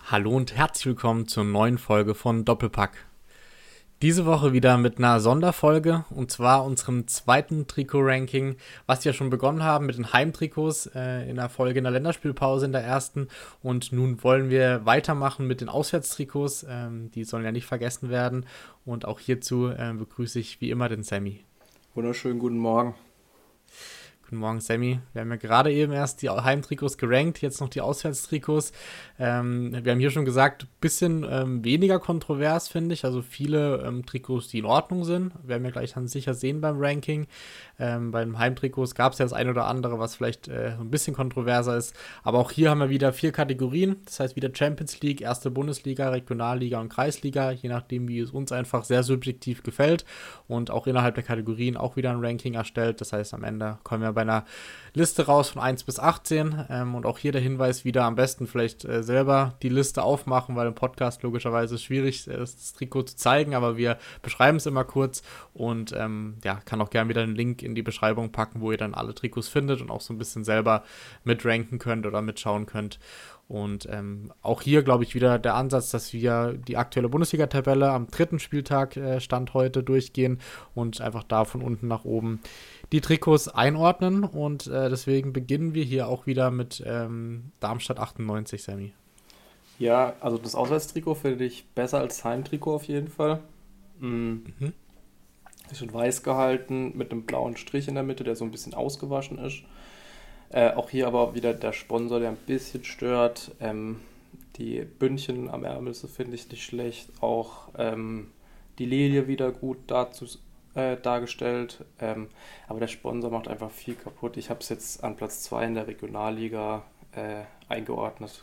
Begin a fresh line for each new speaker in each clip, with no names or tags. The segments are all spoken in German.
Hallo und herzlich willkommen zur neuen Folge von Doppelpack. Diese Woche wieder mit einer Sonderfolge und zwar unserem zweiten Trikot-Ranking, was wir ja schon begonnen haben mit den Heimtrikots in der Folge in der Länderspielpause in der ersten. Und nun wollen wir weitermachen mit den Auswärtstrikots, die sollen ja nicht vergessen werden. Und auch hierzu begrüße ich wie immer den Sammy.
Wunderschönen guten Morgen.
Guten Morgen, Sammy. Wir haben ja gerade eben erst die Heimtrikots gerankt, jetzt noch die Auswärtstrikots. Wir haben hier schon gesagt, ein bisschen weniger kontrovers, finde ich. Also viele Trikots, die in Ordnung sind. Werden wir gleich dann sicher sehen beim Ranking. Beim Heimtrikots gab es ja das ein oder andere, was vielleicht so ein bisschen kontroverser ist. Aber auch hier haben wir wieder 4 Kategorien. Das heißt wieder Champions League, erste Bundesliga, Regionalliga und Kreisliga. Je nachdem, wie es uns einfach sehr subjektiv gefällt. Und auch innerhalb der Kategorien auch wieder ein Ranking erstellt. Das heißt, am Ende kommen wir bei einer Liste raus von 1 bis 18. Und auch hier der Hinweis wieder, am besten vielleicht selber die Liste aufmachen, weil im Podcast logischerweise ist schwierig, das Trikot zu zeigen, aber wir beschreiben es immer kurz und kann auch gerne wieder einen Link in die Beschreibung packen, wo ihr dann alle Trikots findet und auch so ein bisschen selber mitranken könnt oder mitschauen könnt. Und auch hier, glaube ich, wieder der Ansatz, dass wir die aktuelle Bundesliga-Tabelle am 3. Spieltag Stand heute durchgehen und einfach da von unten nach oben die Trikots einordnen. Und deswegen beginnen wir hier auch wieder mit Darmstadt 98, Sammy.
Ja, also das Auswärtstrikot finde ich besser als das Heimtrikot auf jeden Fall.
Mhm.
Ist in weiß gehalten mit einem blauen Strich in der Mitte, der so ein bisschen ausgewaschen ist. Auch hier aber wieder der Sponsor, der ein bisschen stört. Die Bündchen am Ärmel so finde ich nicht schlecht. Auch die Lilie wieder gut dargestellt. Aber der Sponsor macht einfach viel kaputt. Ich habe es jetzt an Platz 2 in der Regionalliga eingeordnet.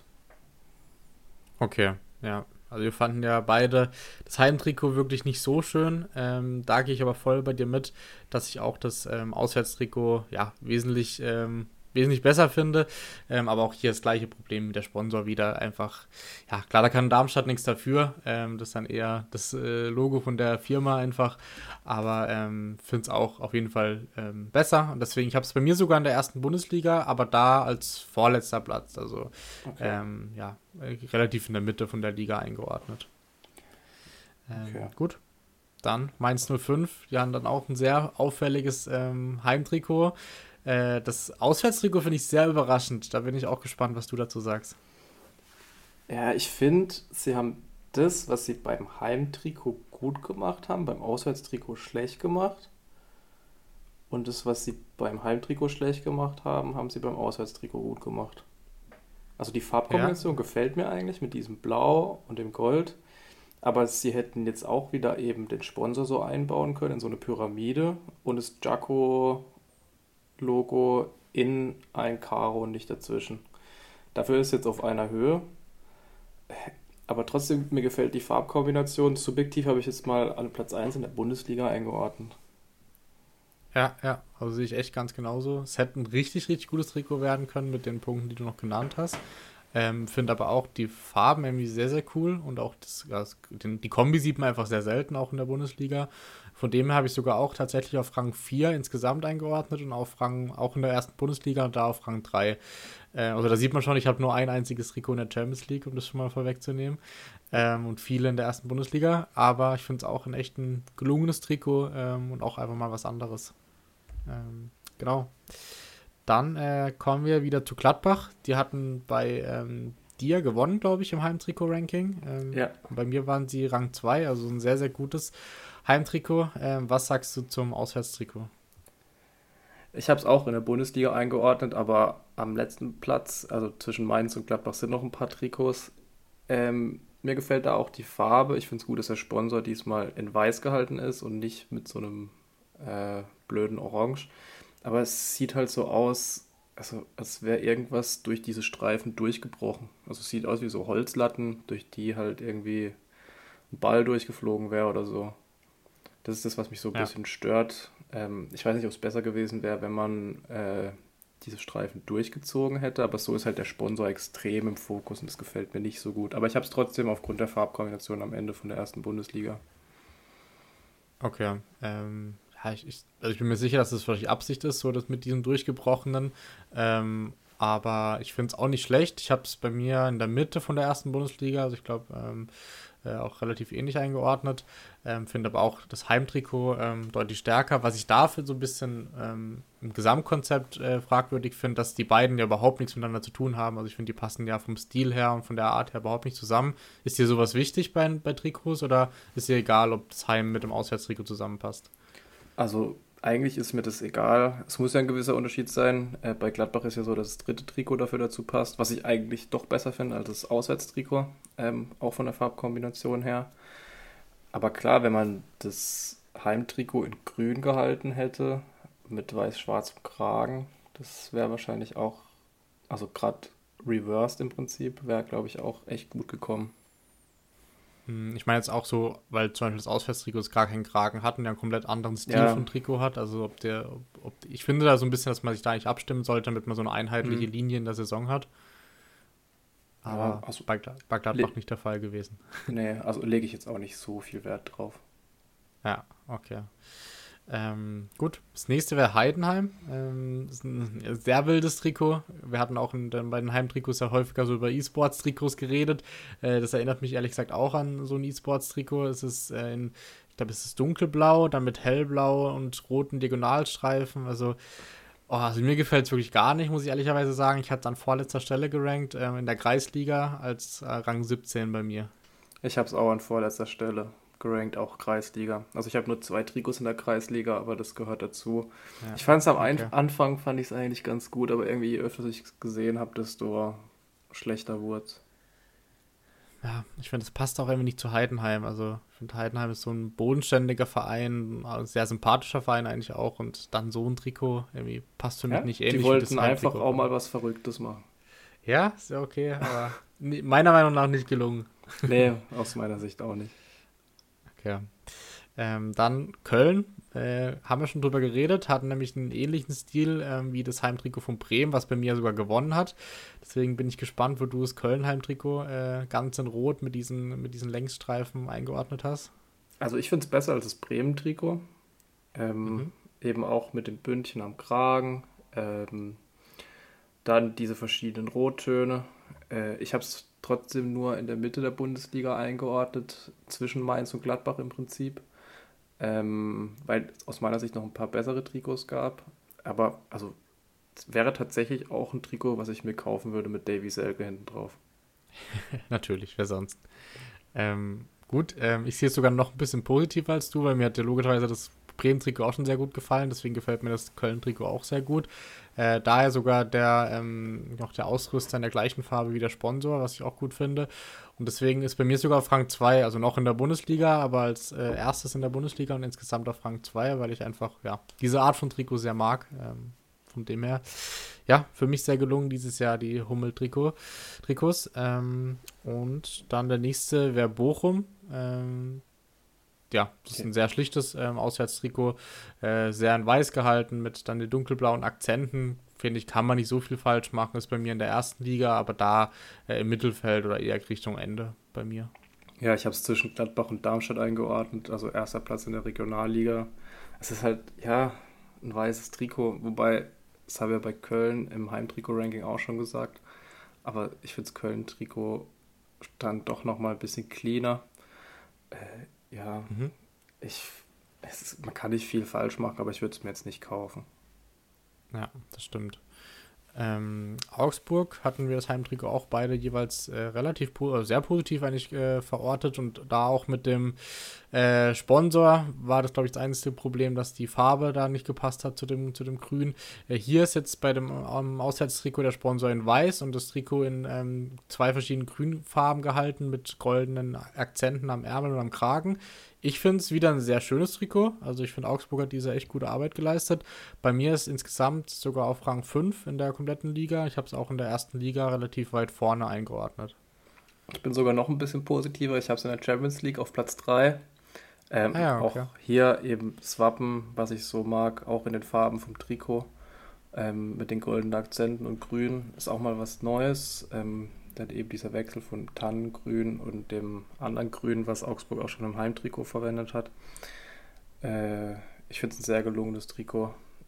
Okay, ja. Also wir fanden ja beide das Heimtrikot wirklich nicht so schön. Da gehe ich aber voll bei dir mit, dass ich auch das Auswärtstrikot ja wesentlich besser finde. Aber auch hier das gleiche Problem mit der Sponsor wieder einfach. Ja, klar, da kann Darmstadt nichts dafür. Das ist dann eher das Logo von der Firma einfach. Aber finde es auch auf jeden Fall besser. Und deswegen, ich habe es bei mir sogar in der ersten Bundesliga, aber da als vorletzter Platz. Also
Okay,
relativ in der Mitte von der Liga eingeordnet.
okay.
Gut. Dann Mainz 05, die haben dann auch ein sehr auffälliges Heimtrikot. Das Auswärtstrikot finde ich sehr überraschend. Da bin ich auch gespannt, was du dazu sagst.
Ja, ich finde, sie haben das, was sie beim Heimtrikot gut gemacht haben, beim Auswärtstrikot schlecht gemacht. Und das, was sie beim Heimtrikot schlecht gemacht haben, haben sie beim Auswärtstrikot gut gemacht. Also die
Ja,
Farbkombination gefällt mir eigentlich mit diesem Blau und dem Gold. Aber sie hätten jetzt auch wieder eben den Sponsor so einbauen können in so eine Pyramide und das Jacko-Logo in ein Karo und nicht dazwischen. Dafür ist es jetzt auf einer Höhe. Aber trotzdem, mir gefällt die Farbkombination. Subjektiv habe ich jetzt mal an Platz 1 in der Bundesliga eingeordnet.
ja. Also sehe ich echt ganz genauso. Es hätte ein richtig, richtig gutes Trikot werden können mit den Punkten, die du noch genannt hast. Finde aber auch die Farben irgendwie sehr, sehr cool und auch die Kombi sieht man einfach sehr selten, auch in der Bundesliga. Von dem her habe ich sogar auch tatsächlich auf Rang 4 insgesamt eingeordnet und auch in der ersten Bundesliga und da auf Rang 3. Also da sieht man schon, ich habe nur ein einziges Trikot in der Champions League, um das schon mal vorwegzunehmen. Und viele in der ersten Bundesliga. Aber ich finde es auch ein echt ein gelungenes Trikot und auch einfach mal was anderes. Genau. Dann kommen wir wieder zu Gladbach. Die hatten bei dir gewonnen, glaube ich, im Heimtrikot-Ranking.
Ja,
Bei mir waren sie Rang 2, also ein sehr, sehr gutes Heimtrikot. Was sagst du zum Auswärtstrikot?
ich habe es auch in der Bundesliga eingeordnet, aber am letzten Platz, also zwischen Mainz und Gladbach, sind noch ein paar Trikots. Mir gefällt da auch die Farbe. Ich finde es gut, dass der Sponsor diesmal in weiß gehalten ist und nicht mit so einem blöden Orange. Aber es sieht halt so aus, also als wäre irgendwas durch diese Streifen durchgebrochen. Also es sieht aus wie so Holzlatten, durch die halt irgendwie ein Ball durchgeflogen wäre oder so. Das ist das, was mich so ein
Ja,
bisschen stört. Ich weiß nicht, ob es besser gewesen wäre, wenn man diese Streifen durchgezogen hätte, aber so ist halt der Sponsor extrem im Fokus und das gefällt mir nicht so gut. Aber ich habe es trotzdem aufgrund der Farbkombination am Ende von der ersten Bundesliga.
okay. Ja, also ich bin mir sicher, dass das vielleicht Absicht ist, so das mit diesem durchgebrochenen. Aber ich finde es auch nicht schlecht. Ich habe es bei mir in der Mitte von der ersten Bundesliga, also ich glaube auch relativ ähnlich eingeordnet. Finde aber auch das Heimtrikot deutlich stärker. Was ich dafür so ein bisschen im Gesamtkonzept fragwürdig finde, dass die beiden ja überhaupt nichts miteinander zu tun haben. Also ich finde, die passen ja vom Stil her und von der Art her überhaupt nicht zusammen. Ist dir sowas wichtig bei Trikots oder ist dir egal, ob das Heim mit dem Auswärtstrikot zusammenpasst?
Also eigentlich ist mir das egal. Es muss ja ein gewisser Unterschied sein. Bei Gladbach ist ja so, dass das dritte Trikot dafür dazu passt, was ich eigentlich doch besser finde als das Auswärtstrikot, auch von der Farbkombination her. Aber klar, wenn man das Heimtrikot in grün gehalten hätte, mit weiß-schwarzem Kragen, das wäre wahrscheinlich auch, also gerade reversed im Prinzip, wäre glaube ich auch echt gut gekommen.
Ich meine jetzt auch so, weil zum Beispiel das Auswärtstrikot jetzt gar keinen Kragen hat und ja einen komplett anderen Stil
Ja,
von Trikot hat. Also ich finde da so ein bisschen, dass man sich da nicht abstimmen sollte, damit man so eine einheitliche
hm,
Linie in der Saison hat.
ja,
Aber
also,
bei
le
Gladbach nicht der Fall gewesen.
nee, also lege ich jetzt auch nicht so viel Wert drauf.
Ja, okay. Gut, das nächste wäre Heidenheim. Das ist ein sehr wildes Trikot. Wir hatten auch bei den Heimtrikots ja häufiger so über E-Sports-Trikots geredet. Das erinnert mich ehrlich gesagt auch an so ein E-Sports-Trikot. Ich glaube, es ist dunkelblau, dann mit hellblau und roten Diagonalstreifen. Also mir gefällt es wirklich gar nicht, muss ich ehrlicherweise sagen. Ich hatte es an vorletzter Stelle gerankt, in der Kreisliga als Rang 17 bei mir.
Ich habe es auch an vorletzter Stelle gerankt, auch Kreisliga. Also ich habe nur zwei Trikots in der Kreisliga, aber das gehört dazu.
Ja,
Ich fand es am
okay.
Anfang fand ich es eigentlich ganz gut, aber irgendwie je öfter ich es gesehen habe, desto schlechter wurde es.
Ja, ich finde, es passt auch irgendwie nicht zu Heidenheim. Also, ich finde, Heidenheim ist so ein bodenständiger Verein, ein sehr sympathischer Verein eigentlich auch. Und dann so ein Trikot irgendwie passt für mich
Ja,
nicht
die
ähnlich wie
wollten
das
einfach
Heimtrikot
auch
von.
mal was Verrücktes machen.
Ja, ist ja okay, aber meiner Meinung nach nicht gelungen.
Nee, aus meiner Sicht auch nicht.
Okay. Dann Köln, haben wir schon drüber geredet, hatten nämlich einen ähnlichen Stil wie das Heimtrikot von Bremen, was bei mir sogar gewonnen hat. Deswegen bin ich gespannt, wo du das Köln-Heimtrikot ganz in Rot mit diesen Längsstreifen eingeordnet hast.
Also ich finde es besser als das Bremen-Trikot. Ähm,
Mhm.
eben auch mit dem Bündchen am Kragen. Ähm, Dann diese verschiedenen Rottöne. Ich habe es trotzdem nur in der Mitte der Bundesliga eingeordnet, zwischen Mainz und Gladbach im Prinzip, weil es aus meiner Sicht noch ein paar bessere Trikots gab. Aber also es wäre tatsächlich auch ein Trikot, was ich mir kaufen würde mit Davy Selke hinten drauf.
Natürlich, wer sonst? Gut, ich sehe es sogar noch ein bisschen positiver als du, weil mir hat ja logischerweise das Bremen-Trikot auch schon sehr gut gefallen, deswegen gefällt mir das Köln-Trikot auch sehr gut. Daher sogar noch der Ausrüster in der gleichen Farbe wie der Sponsor, was ich auch gut finde. Und deswegen ist bei mir sogar auf Rang 2, also noch in der Bundesliga, aber als erstes in der Bundesliga und insgesamt auf Rang 2, weil ich einfach, ja, diese Art von Trikot sehr mag. Von dem her, ja, für mich sehr gelungen dieses Jahr die Trikots. Und dann der nächste wäre Bochum. Ja, das ist
Okay.
ein sehr schlichtes Auswärtstrikot, sehr in weiß gehalten mit dann den dunkelblauen Akzenten. Finde ich, kann man nicht so viel falsch machen. Ist bei mir in der ersten Liga, aber da im Mittelfeld oder eher Richtung Ende bei mir.
Ja, ich habe es zwischen Gladbach und Darmstadt eingeordnet, also erster Platz in der Regionalliga. Es ist halt, ja, ein weißes Trikot, wobei, das habe ich ja bei Köln im Heimtrikot-Ranking auch schon gesagt, aber ich finde das Köln-Trikot dann doch nochmal ein bisschen cleaner. Ja,
Mhm.
ich, man kann nicht viel falsch machen, aber ich würde es mir jetzt nicht kaufen.
Ja, das stimmt. Augsburg hatten wir das Heimtrikot auch beide jeweils sehr positiv eigentlich verortet und da auch mit dem Sponsor war das, glaube ich, das einzige Problem, dass die Farbe da nicht gepasst hat zu dem Grün. Hier ist jetzt bei dem Auswärtstrikot der Sponsor in weiß und das Trikot in zwei verschiedenen Grünfarben gehalten mit goldenen Akzenten am Ärmel und am Kragen. Ich finde es wieder ein sehr schönes Trikot. Also ich finde, Augsburg hat diese echt gute Arbeit geleistet. Bei mir ist insgesamt sogar auf Rang 5 in der kompletten Liga. Ich habe es auch in der ersten Liga relativ weit vorne eingeordnet.
Ich bin sogar noch ein bisschen positiver. Ich habe es in der Champions League auf Platz 3.
Ah ja, okay.
Auch hier eben das Wappen, was ich so mag, auch in den Farben vom Trikot, mit den goldenen Akzenten und Grün, ist auch mal was Neues. Dann eben dieser Wechsel von Tannengrün und dem anderen Grün, was Augsburg auch schon im Heimtrikot verwendet hat. Äh, Ich finde es ein sehr gelungenes Trikot.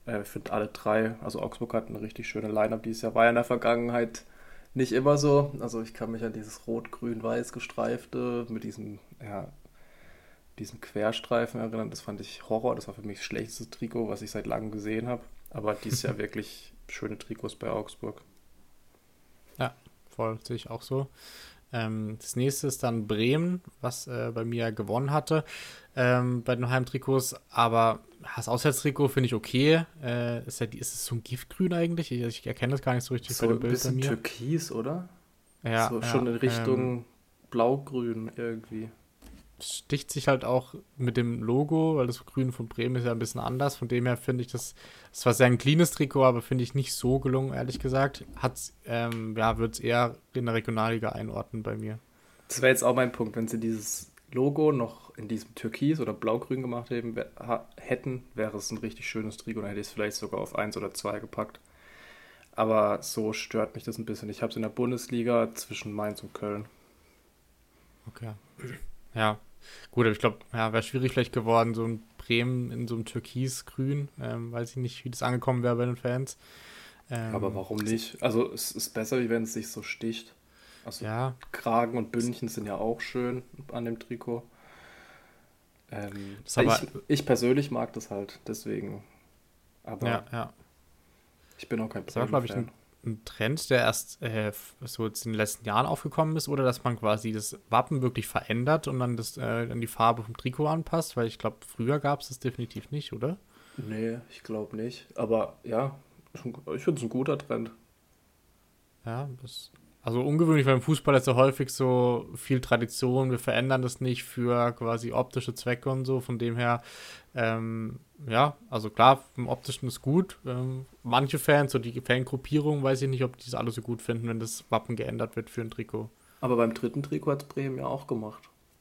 Ich finde alle drei, also Augsburg hat eine richtig schöne Line-Up dieses Jahr, war ja in der Vergangenheit nicht immer so. Also ich kann mich an dieses Rot-Grün-Weiß gestreifte mit diesem Querstreifen erinnern. Das fand ich Horror. Das war für mich das schlechteste Trikot, was ich seit langem gesehen habe. Aber dieses Jahr wirklich schöne Trikots bei Augsburg.
Ja, voll, sehe ich auch so. Das nächste ist dann Bremen, was bei mir gewonnen hatte bei den Heimtrikots. Aber das Auswärtstrikot finde ich okay. Ist es so ein Giftgrün eigentlich? Ich erkenne das gar nicht so richtig
So
bei dem
ein
Bild bei
bisschen
mir.
Türkis, oder?
Ja,
So
ja.
schon in Richtung Blau-Grün irgendwie.
Sticht sich halt auch mit dem Logo, weil das Grün von Bremen ist ja ein bisschen anders. Von dem her finde ich das war sehr ein cleanes Trikot, aber finde ich nicht so gelungen, ehrlich gesagt. Wird es eher in der Regionalliga einordnen bei mir.
Das wäre jetzt auch mein Punkt, wenn sie dieses Logo noch in diesem Türkis oder Blau-Grün gemacht hätten, wäre es ein richtig schönes Trikot. Dann hätte ich es vielleicht sogar auf 1 oder 2 gepackt. Aber so stört mich das ein bisschen. Ich habe es in der Bundesliga zwischen Mainz und Köln.
Okay. Ja, gut, aber ich glaube, ja, wäre schwierig vielleicht geworden, so ein Bremen in so einem Türkisgrün. Weiß ich nicht, wie das angekommen wäre bei den Fans.
Aber
Ähm,
warum nicht? Also es ist besser, wie wenn es sich so sticht. Also
ja,
Kragen und Bündchen sind ja auch schön an dem Trikot.
das aber,
Ich persönlich mag das halt, deswegen. Aber
ja.
ich bin auch kein
Das war, glaube ich,
Bremen-Fan.
ein Trend, der erst so jetzt in den letzten Jahren aufgekommen ist, oder dass man quasi das Wappen wirklich verändert und dann dann die Farbe vom Trikot anpasst, weil ich glaube, früher gab es das definitiv nicht, oder?
Nee, ich glaube nicht. Aber ja, ich finde es ein guter Trend.
Ja, also ungewöhnlich, weil im Fußball ist ja häufig so viel Tradition, wir verändern das nicht für quasi optische Zwecke und so, von dem her, ja, also klar, im Optischen ist gut. Manche Fans, so die Fangruppierung, weiß ich nicht, ob die das alle so gut finden, wenn das Wappen geändert wird für ein Trikot.
Aber beim dritten Trikot hat Bremen ja auch gemacht.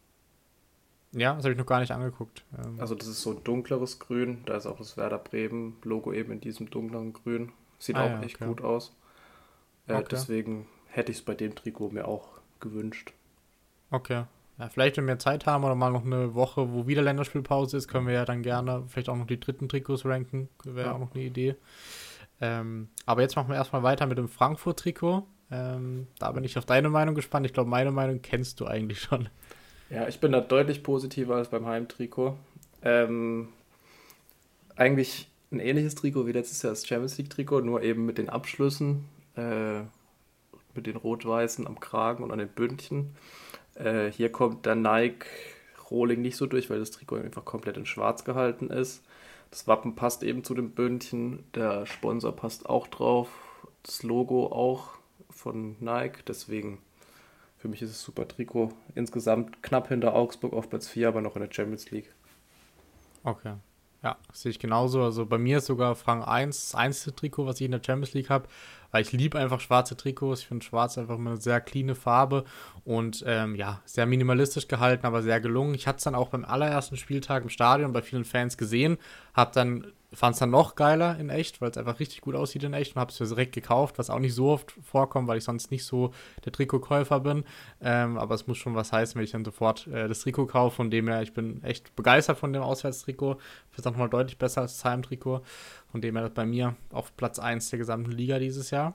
Ja, das habe ich noch gar nicht angeguckt.
Also das ist so ein dunkleres Grün. Da ist auch das Werder Bremen-Logo eben in diesem dunkleren Grün. Sieht auch
Ja,
echt
okay.
gut aus.
Okay,
Deswegen hätte ich es bei dem Trikot mir auch gewünscht.
okay. Ja, vielleicht, wenn wir Zeit haben oder mal noch eine Woche, wo wieder Länderspielpause ist, können wir ja dann gerne vielleicht auch noch die dritten Trikots ranken. Wäre
Ja.
auch noch eine Idee. Aber jetzt machen wir erstmal weiter mit dem Frankfurt-Trikot. Da bin ich auf deine Meinung gespannt. Ich glaube, meine Meinung kennst du eigentlich schon.
Ja, ich bin da deutlich positiver als beim Heimtrikot. Ähm, Eigentlich ein ähnliches Trikot wie letztes Jahr das Champions League Trikot, nur eben mit den Abschlüssen, äh, mit den Rot-Weißen am Kragen und an den Bündchen. Hier kommt der Nike Rohling nicht so durch, weil das Trikot einfach komplett in schwarz gehalten ist. Das Wappen passt eben zu dem Bündchen, der Sponsor passt auch drauf, das Logo auch von Nike, deswegen für mich ist es ein super Trikot. Insgesamt knapp hinter Augsburg auf Platz 4, aber noch in der Champions League.
Okay. Ja, sehe ich genauso. Also bei mir ist sogar Rang 1 das einzige Trikot, was ich in der Champions League habe, weil ich liebe einfach schwarze Trikots. Ich finde schwarz einfach immer eine sehr cleane Farbe und ja, sehr minimalistisch gehalten, aber sehr gelungen. Ich hatte es dann auch beim allerersten Spieltag im Stadion bei vielen Fans gesehen, fand es dann noch geiler in echt, weil es einfach richtig gut aussieht in echt und habe es direkt gekauft, was auch nicht so oft vorkommt, weil ich sonst nicht so der Trikotkäufer bin. Aber es muss schon was heißen, wenn ich dann sofort das Trikot kaufe. Von dem her, ich bin echt begeistert von dem Auswärtstrikot. Das ist auch nochmal deutlich besser als das Heimtrikot. Von dem her das bei mir auf Platz 1 der gesamten Liga dieses Jahr.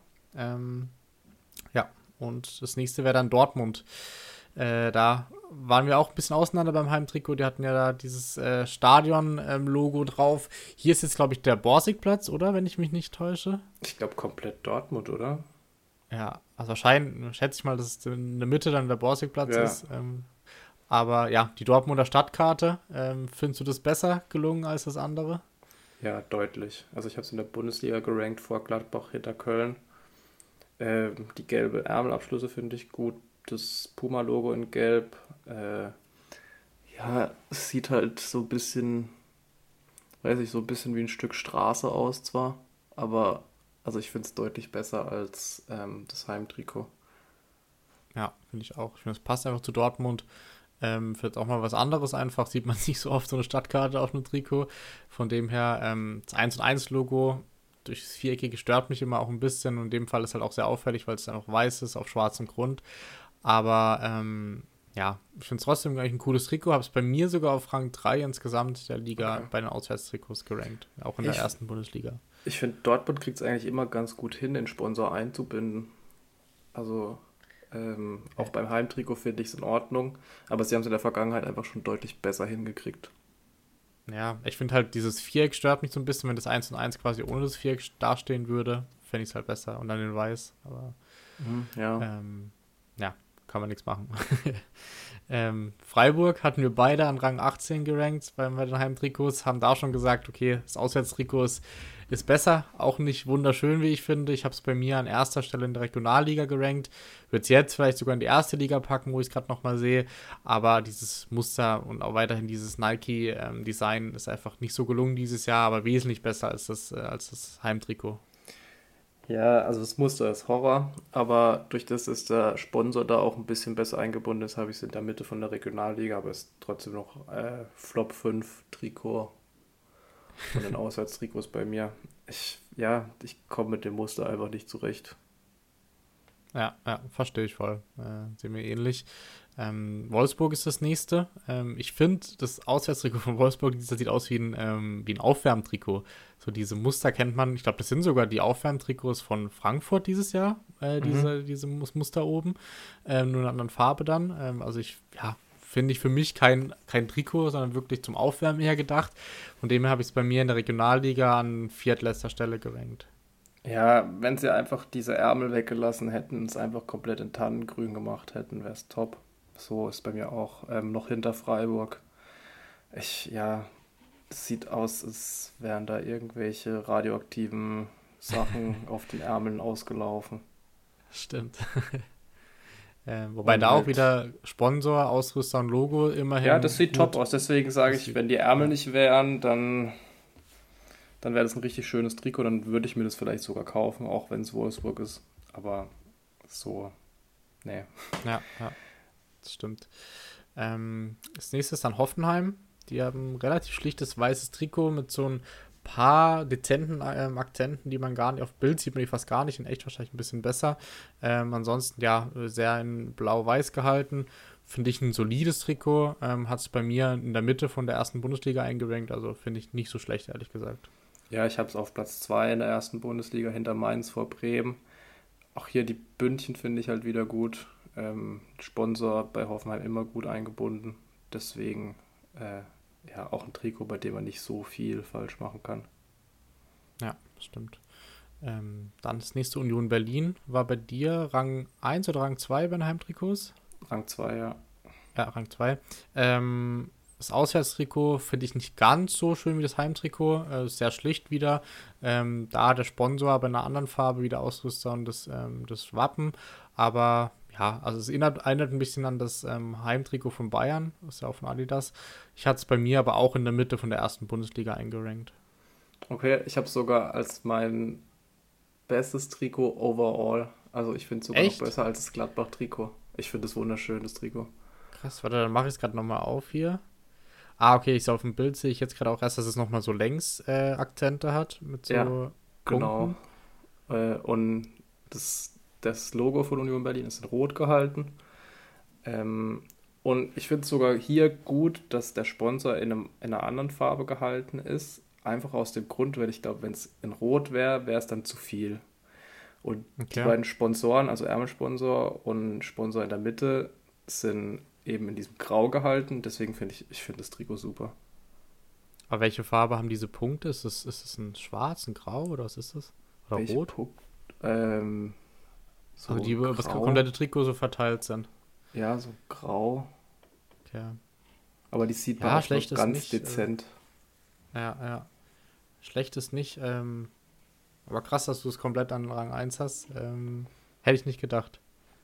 Ja, und das nächste wäre dann Dortmund. Da waren wir auch ein bisschen auseinander beim Heimtrikot. Die hatten ja da dieses Stadion-Logo drauf. Hier ist jetzt, glaube ich, der Borsigplatz, oder? Wenn ich mich nicht täusche.
Ich glaube komplett Dortmund, oder?
Ja, also wahrscheinlich, schätze ich mal, dass es in der Mitte dann der Borsigplatz
Ja,
ist. Aber ja, die Dortmunder Stadtkarte, findest du das besser gelungen als das andere?
ja, deutlich. Also ich habe es in der Bundesliga gerankt vor Gladbach hinter Köln. Die gelbe Ärmelabschlüsse finde ich gut. Das Puma-Logo in Gelb. Ja, es sieht halt so ein bisschen, weiß ich, so ein bisschen wie ein Stück Straße aus zwar, aber also ich finde es deutlich besser als das Heimtrikot.
Ja, finde ich auch. Ich finde, es passt einfach zu Dortmund. Für jetzt auch mal was anderes einfach. Sieht man nicht so oft so eine Stadtkarte auf einem Trikot. Von dem her, das 1 und 1 Logo durch das Viereckige stört mich immer auch ein bisschen. Und in dem Fall ist halt auch sehr auffällig, weil es dann auch weiß ist auf schwarzem Grund. Aber ja, ich finde es trotzdem eigentlich ein cooles Trikot. Habe es bei mir sogar auf Rang 3 insgesamt der Liga
Okay.
bei den Auswärtstrikots gerankt. Auch in der
Ich,
ersten Bundesliga.
ich finde, Dortmund kriegt es eigentlich immer ganz gut hin, den Sponsor einzubinden. Also auch beim Heimtrikot finde ich es in Ordnung, aber sie haben es in der Vergangenheit einfach schon deutlich besser hingekriegt.
Ja, ich finde halt, dieses Viereck stört mich so ein bisschen, wenn das 1 und 1 quasi ohne das Viereck dastehen würde, fände ich es halt besser. Und dann in Weiß. Aber
Mhm, ja.
ja, kann man nichts machen. Freiburg hatten wir beide an Rang 18 gerankt bei den Heimtrikots, haben da schon gesagt, okay, das Auswärtstrikot ist besser, auch nicht wunderschön, wie ich finde. Ich habe es bei mir an erster Stelle in der Regionalliga gerankt, würde es jetzt vielleicht sogar in die erste Liga packen, wo ich es gerade nochmal sehe, aber dieses Muster und auch weiterhin dieses Nike-Design ist einfach nicht so gelungen dieses Jahr, aber wesentlich besser als das Heimtrikot.
Ja, also das Muster ist Horror, aber durch das, dass der Sponsor da auch ein bisschen besser eingebunden ist, habe ich es in der Mitte von der Regionalliga, aber ist trotzdem noch Flop 5 Trikot von den Auswärtstrikots bei mir. Ich komme mit dem Muster einfach nicht zurecht.
Ja, verstehe ich voll. Sehen wir ähnlich. Wolfsburg ist das nächste. Ich finde, das Auswärtstrikot von Wolfsburg, das sieht aus wie ein Aufwärmtrikot. So diese Muster kennt man. Ich glaube, das sind sogar die Aufwärmtrikots von Frankfurt dieses Jahr.
Mhm.
Diese Muster oben. Nur in einer anderen Farbe dann. Finde ich für mich kein Trikot, sondern wirklich zum Aufwärmen eher gedacht. Von dem her habe ich es bei mir in der Regionalliga an viertletzter Stelle gerankt.
Ja, wenn sie einfach diese Ärmel weggelassen hätten und es einfach komplett in Tannengrün gemacht hätten, wäre es top. So ist bei mir auch noch hinter Freiburg. Ja, es sieht aus, als wären da irgendwelche radioaktiven Sachen auf den Ärmeln ausgelaufen.
Stimmt. Wobei
Und
da auch
halt,
wieder Sponsor, Ausrüster und Logo
ja, das
immerhin
sieht top
gut.
aus. Deswegen sage
Das
ich,
sieht,
wenn die Ärmel
ja,
nicht wären, dann wäre das ein richtig schönes Trikot. Dann würde ich mir das vielleicht sogar kaufen, auch wenn es Wolfsburg ist. Aber so, nee.
ja, das stimmt. Das nächste ist dann Hoffenheim. Die haben ein relativ schlichtes weißes Trikot mit so ein paar dezenten Akzenten, die man gar nicht auf Bild sieht, man die fast gar nicht, in echt wahrscheinlich ein bisschen besser. Ansonsten ja, sehr in blau-weiß gehalten. Finde ich ein solides Trikot. Hat es bei mir in der Mitte von der ersten Bundesliga eingerankt, also finde ich nicht so schlecht, ehrlich gesagt.
Ja, ich habe es auf Platz 2 in der ersten Bundesliga hinter Mainz vor Bremen. Auch hier die Bündchen finde ich halt wieder gut. Sponsor bei Hoffenheim immer gut eingebunden. Deswegen ja auch ein Trikot, bei dem man nicht so viel falsch machen kann.
Ja, stimmt. Dann das nächste Union Berlin. War bei dir Rang 1 oder Rang 2 bei den Heimtrikots?
Rang 2, ja.
Ja, Rang 2. Das Auswärtstrikot finde ich nicht ganz so schön wie das Heimtrikot. Ist sehr schlicht wieder. Da der Sponsor aber in einer anderen Farbe wie der Ausrüster und das Wappen. Aber ja, also es erinnert ein bisschen an das Heimtrikot von Bayern. Das ist ja auch von Adidas. Ich hatte es bei mir aber auch in der Mitte von der ersten Bundesliga eingerankt.
Okay, ich habe sogar als mein bestes Trikot overall. Also ich finde es sogar noch
Echt?
besser als das Gladbach-Trikot. Ich finde es wunderschön, das Trikot.
Krass, warte, dann mache ich es gerade nochmal auf hier. Ah, okay, ich sehe auf dem Bild, sehe ich jetzt gerade auch erst, dass es nochmal so Längs-Akzente hat mit
Ja,
so
genau.
Punkten.
Und das Logo von Union Berlin ist in Rot gehalten. Ähm, und ich finde es sogar hier gut, dass der Sponsor in einer anderen Farbe gehalten ist. Einfach aus dem Grund, weil ich glaube, wenn es in Rot wäre, wäre es dann zu viel. Und die
Okay.
beiden Sponsoren, also Ärmelsponsor und Sponsor in der Mitte, sind eben in diesem Grau gehalten. Deswegen ich finde das Trikot super.
Aber welche Farbe haben diese Punkte? Ist es ein Schwarz, ein Grau oder was ist das? Oder
Welche
Rot?
Punkt? Ähm,
Also
so
die, über das
grau.
komplette Trikot so verteilt sind.
Ja, so grau.
Okay.
Aber die sieht man
Ja,
auch nur
schlecht ist
ganz
nicht.
dezent.
Ja. Schlecht ist nicht. Aber krass, dass du es komplett an Rang 1 hast. Hätte ich nicht gedacht.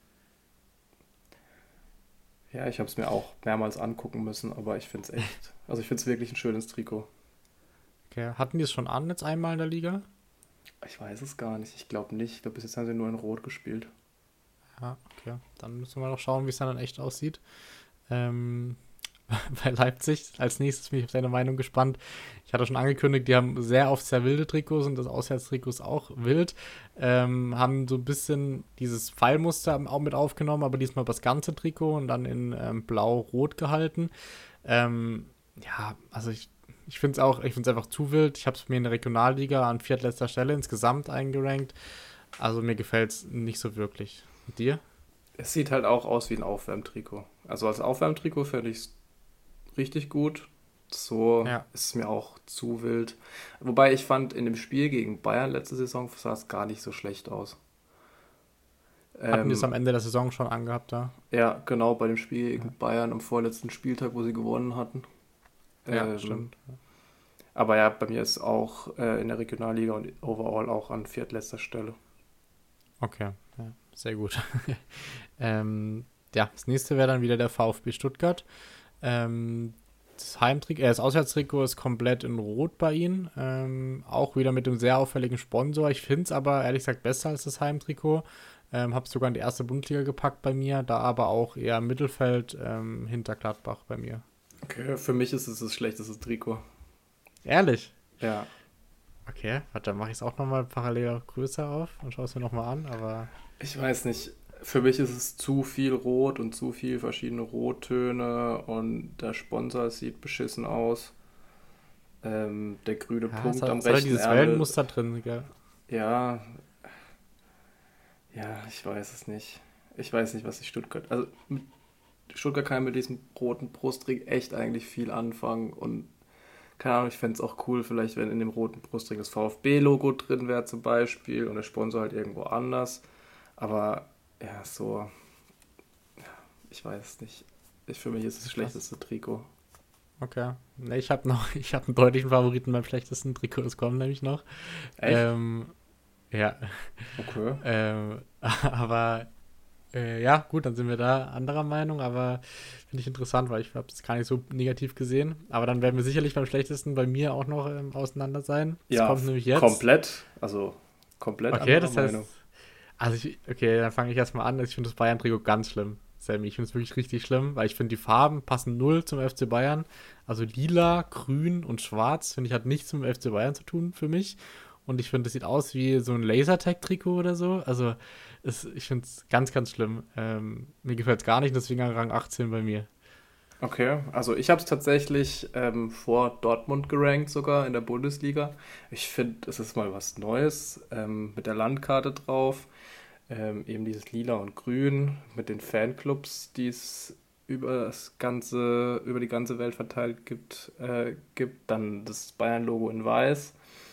Ja, ich habe es mir auch mehrmals angucken müssen, aber ich finde es wirklich ein schönes Trikot.
Okay. Hatten die es schon an jetzt einmal in der Liga?
Ich weiß es gar nicht. Ich glaube nicht. Ich glaube, bis jetzt haben sie nur in Rot gespielt.
Ja, okay. Dann müssen wir noch schauen, wie es dann echt aussieht. Ähm, bei Leipzig. Als nächstes bin ich auf deine Meinung gespannt. Ich hatte schon angekündigt, die haben sehr oft sehr wilde Trikots und das Auswärtstrikot ist auch wild. Haben so ein bisschen dieses Pfeilmuster auch mit aufgenommen, aber diesmal das ganze Trikot und dann in blau-rot gehalten. Ja, also ich finde es auch, ich finde es einfach zu wild. Ich habe es mir in der Regionalliga an viertletzter Stelle insgesamt eingerankt. Also mir gefällt es nicht so wirklich. Und dir?
Es sieht halt auch aus wie ein Aufwärmtrikot. Also als Aufwärmtrikot finde ich es richtig gut. So
Ja.
ist es mir auch zu wild. Wobei ich fand, in dem Spiel gegen Bayern letzte Saison sah es gar nicht so schlecht aus.
Hatten die es
Ähm,
am Ende der Saison schon angehabt da?
ja, genau, bei dem Spiel
Ja,
gegen Bayern am vorletzten Spieltag, wo sie gewonnen hatten.
ja,
Ähm,
stimmt.
aber ja, bei mir ist auch in der Regionalliga und overall auch an viertletzter Stelle.
Okay, ja, sehr gut. ähm, ja, das nächste wäre dann wieder der VfB Stuttgart. Das Auswärtstrikot ist komplett in Rot bei ihnen. Auch wieder mit einem sehr auffälligen Sponsor. Ich finde es aber ehrlich gesagt besser als das Heimtrikot. Habe es sogar in die erste Bundesliga gepackt bei mir, da aber auch eher im Mittelfeld hinter Gladbach bei mir.
Okay, für mich ist es das schlechteste Trikot.
Ehrlich?
Ja,
Okay, warte, dann mache ich es auch nochmal parallel größer auf und schaue es mir nochmal an, aber
ich weiß nicht. Für mich ist es zu viel Rot und zu viel verschiedene Rottöne und der Sponsor sieht beschissen aus. Der grüne
ja,
Punkt am
es hat halt
rechten
dieses
Ärmel,
Wellenmuster drin, gell?
ja, ja, ich weiß es nicht. Ich weiß nicht, was ich Stuttgart. Also mit Stuttgart kann mit diesem roten Brustring echt eigentlich viel anfangen und keine Ahnung, ich fände es auch cool, vielleicht wenn in dem roten Brustring das VfB-Logo drin wäre zum Beispiel und der Sponsor halt irgendwo anders. Aber ja, so, ich weiß es nicht. Für mich ist es das
Krass.
schlechteste Trikot.
Okay. Ne, ich habe einen deutlichen Favoriten beim schlechtesten Trikot, das kommt nämlich noch.
Echt?
Ähm, ja,
Okay.
aber ja, gut, dann sind wir da anderer Meinung, aber finde ich interessant, weil ich habe es gar nicht so negativ gesehen. Aber dann werden wir sicherlich beim schlechtesten bei mir auch noch auseinander sein. Das
Ja,
kommt nämlich jetzt.
komplett. Also komplett
Okay,
anderer
das heißt,
Meinung.
okay, dann fange ich erstmal an. Ich finde das Bayern-Trikot ganz schlimm, Sammy. Ich finde es wirklich richtig schlimm, weil ich finde, die Farben passen null zum FC Bayern. Also lila, grün und schwarz, finde ich, hat nichts mit dem FC Bayern zu tun für mich. Und ich finde, das sieht aus wie so ein Lasertag-Trikot oder so. Also, ich finde es ganz, ganz schlimm. Mir gefällt es gar nicht, deswegen Rang 18 bei mir.
Okay, also ich habe es tatsächlich vor Dortmund gerankt sogar in der Bundesliga. Ich finde, es ist mal was Neues mit der Landkarte drauf. Eben dieses Lila und Grün mit den Fanclubs, die es über die ganze Welt verteilt gibt. Dann das Bayern-Logo in Weiß.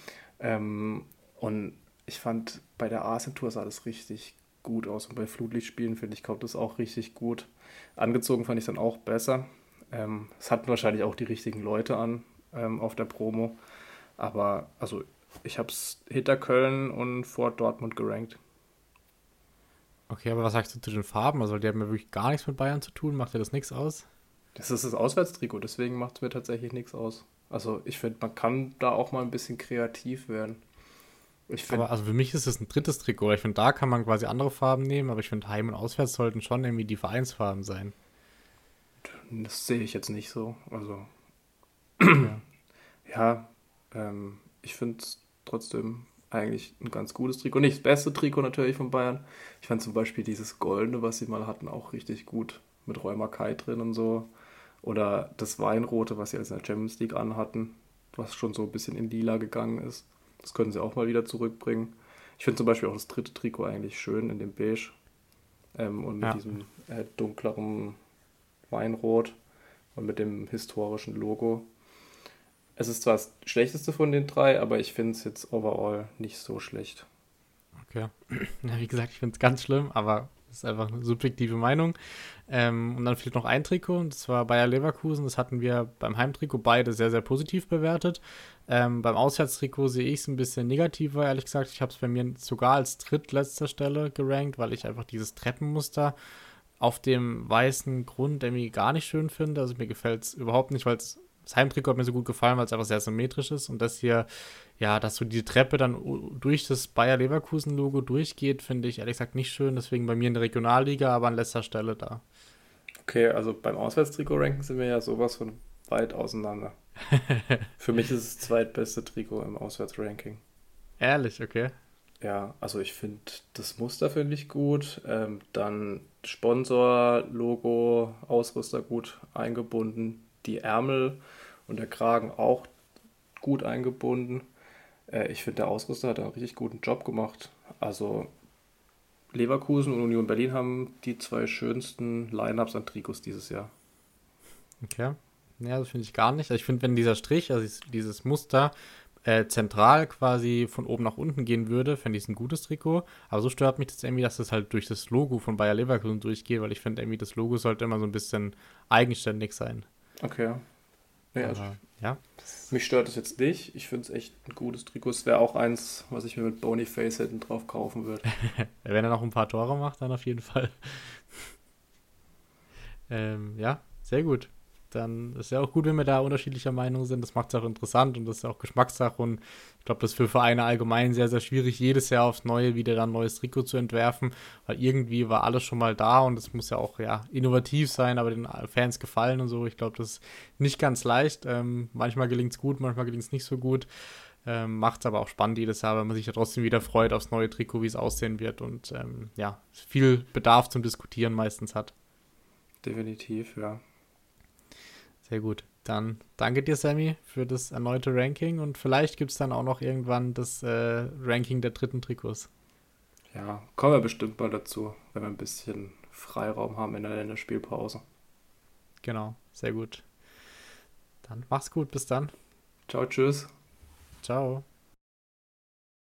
Und ich fand, bei der Asien-Tour sah das richtig gut aus. Und bei Flutlichtspielen, finde ich, kommt das auch richtig gut. Angezogen fand ich dann auch besser. Es hatten wahrscheinlich auch die richtigen Leute an auf der Promo. Aber also ich habe es hinter Köln und vor Dortmund gerankt.
Okay, aber was sagst du zu den Farben? Also, die haben ja wirklich gar nichts mit Bayern zu tun. Macht dir das nichts aus?
Das ist das Auswärtstrikot, deswegen macht es mir tatsächlich nichts aus. Also ich finde, man kann da auch mal ein bisschen kreativ werden. Ich finde,
Aber also für mich ist es ein drittes Trikot. Ich finde, da kann man quasi andere Farben nehmen, aber ich finde, Heim- und Auswärts sollten schon irgendwie die Vereinsfarben sein.
das sehe ich jetzt nicht so. Also
Okay.
ja, ich finde es trotzdem eigentlich ein ganz gutes Trikot. Nicht das beste Trikot natürlich von Bayern. Ich fand zum Beispiel dieses Goldene, was sie mal hatten, auch richtig gut. Mit Rheuma Kai drin und so. Oder das Weinrote, was sie als in der Champions League anhatten, was schon so ein bisschen in Lila gegangen ist. Das können sie auch mal wieder zurückbringen. Ich finde zum Beispiel auch das dritte Trikot eigentlich schön in dem Beige und mit
Ja,
diesem dunkleren Weinrot und mit dem historischen Logo. Es ist zwar das schlechteste von den drei, aber ich finde es jetzt overall nicht so schlecht.
okay. Ja, wie gesagt, ich finde es ganz schlimm, aber das ist einfach eine subjektive Meinung. Und dann fehlt noch ein Trikot, und das war Bayer Leverkusen. Das hatten wir beim Heimtrikot beide sehr, sehr positiv bewertet. Beim Auswärtstrikot sehe ich es ein bisschen negativer, ehrlich gesagt. Ich habe es bei mir sogar als drittletzter Stelle gerankt, weil ich einfach dieses Treppenmuster auf dem weißen Grund irgendwie gar nicht schön finde. Also mir gefällt es überhaupt nicht, weil das Heimtrikot hat mir so gut gefallen, weil es einfach sehr symmetrisch ist. Und das hier, ja, dass so die Treppe dann durch das Bayer Leverkusen-Logo durchgeht, finde ich ehrlich gesagt nicht schön. Deswegen bei mir in der Regionalliga, aber an letzter Stelle da.
Okay, also beim Auswärtstrikot-Ranking sind wir ja sowas von weit auseinander. Für mich ist es das zweitbeste Trikot im Auswärtsranking.
Ehrlich, okay.
Ja, also ich finde das Muster finde ich gut. Dann Sponsor, Logo, Ausrüster gut eingebunden. Die Ärmel und der Kragen auch gut eingebunden. Ich finde, der Ausrüster hat einen richtig guten Job gemacht. Also Leverkusen und Union Berlin haben die zwei schönsten Lineups an Trikots dieses Jahr.
Okay. Ja, das finde ich gar nicht. Also ich finde, wenn dieser Strich, also dieses Muster, zentral quasi von oben nach unten gehen würde, fände ich es ein gutes Trikot. Aber so stört mich das irgendwie, dass das halt durch das Logo von Bayer Leverkusen durchgeht, weil ich finde irgendwie, das Logo sollte immer so ein bisschen eigenständig sein.
Okay. Ja,
Aber ja,
mich stört es jetzt nicht. Ich finde es echt ein gutes Trikot. Es wäre auch eins, was ich mir mit Boniface hinten drauf kaufen würde.
wenn er noch ein paar Tore macht, dann auf jeden Fall. Ja, sehr gut. Dann ist ja auch gut, wenn wir da unterschiedlicher Meinung sind. Das macht es auch interessant und das ist auch Geschmackssache. Und ich glaube, das ist für Vereine allgemein sehr, sehr schwierig, jedes Jahr aufs Neue wieder dann ein neues Trikot zu entwerfen, weil irgendwie war alles schon mal da und es muss ja auch ja innovativ sein, aber den Fans gefallen und so. Ich glaube, das ist nicht ganz leicht. Manchmal gelingt es gut, manchmal gelingt es nicht so gut. Macht es aber auch spannend jedes Jahr, weil man sich ja trotzdem wieder freut aufs neue Trikot, wie es aussehen wird und ja, viel Bedarf zum Diskutieren meistens hat.
Definitiv, ja.
Sehr gut. Dann danke dir, Sammy, für das erneute Ranking und vielleicht gibt es dann auch noch irgendwann das Ranking der dritten Trikots.
Ja, kommen wir bestimmt mal dazu, wenn wir ein bisschen Freiraum haben in der Länderspielpause.
Genau, sehr gut. Dann mach's gut, bis dann.
Ciao, tschüss.
Ciao.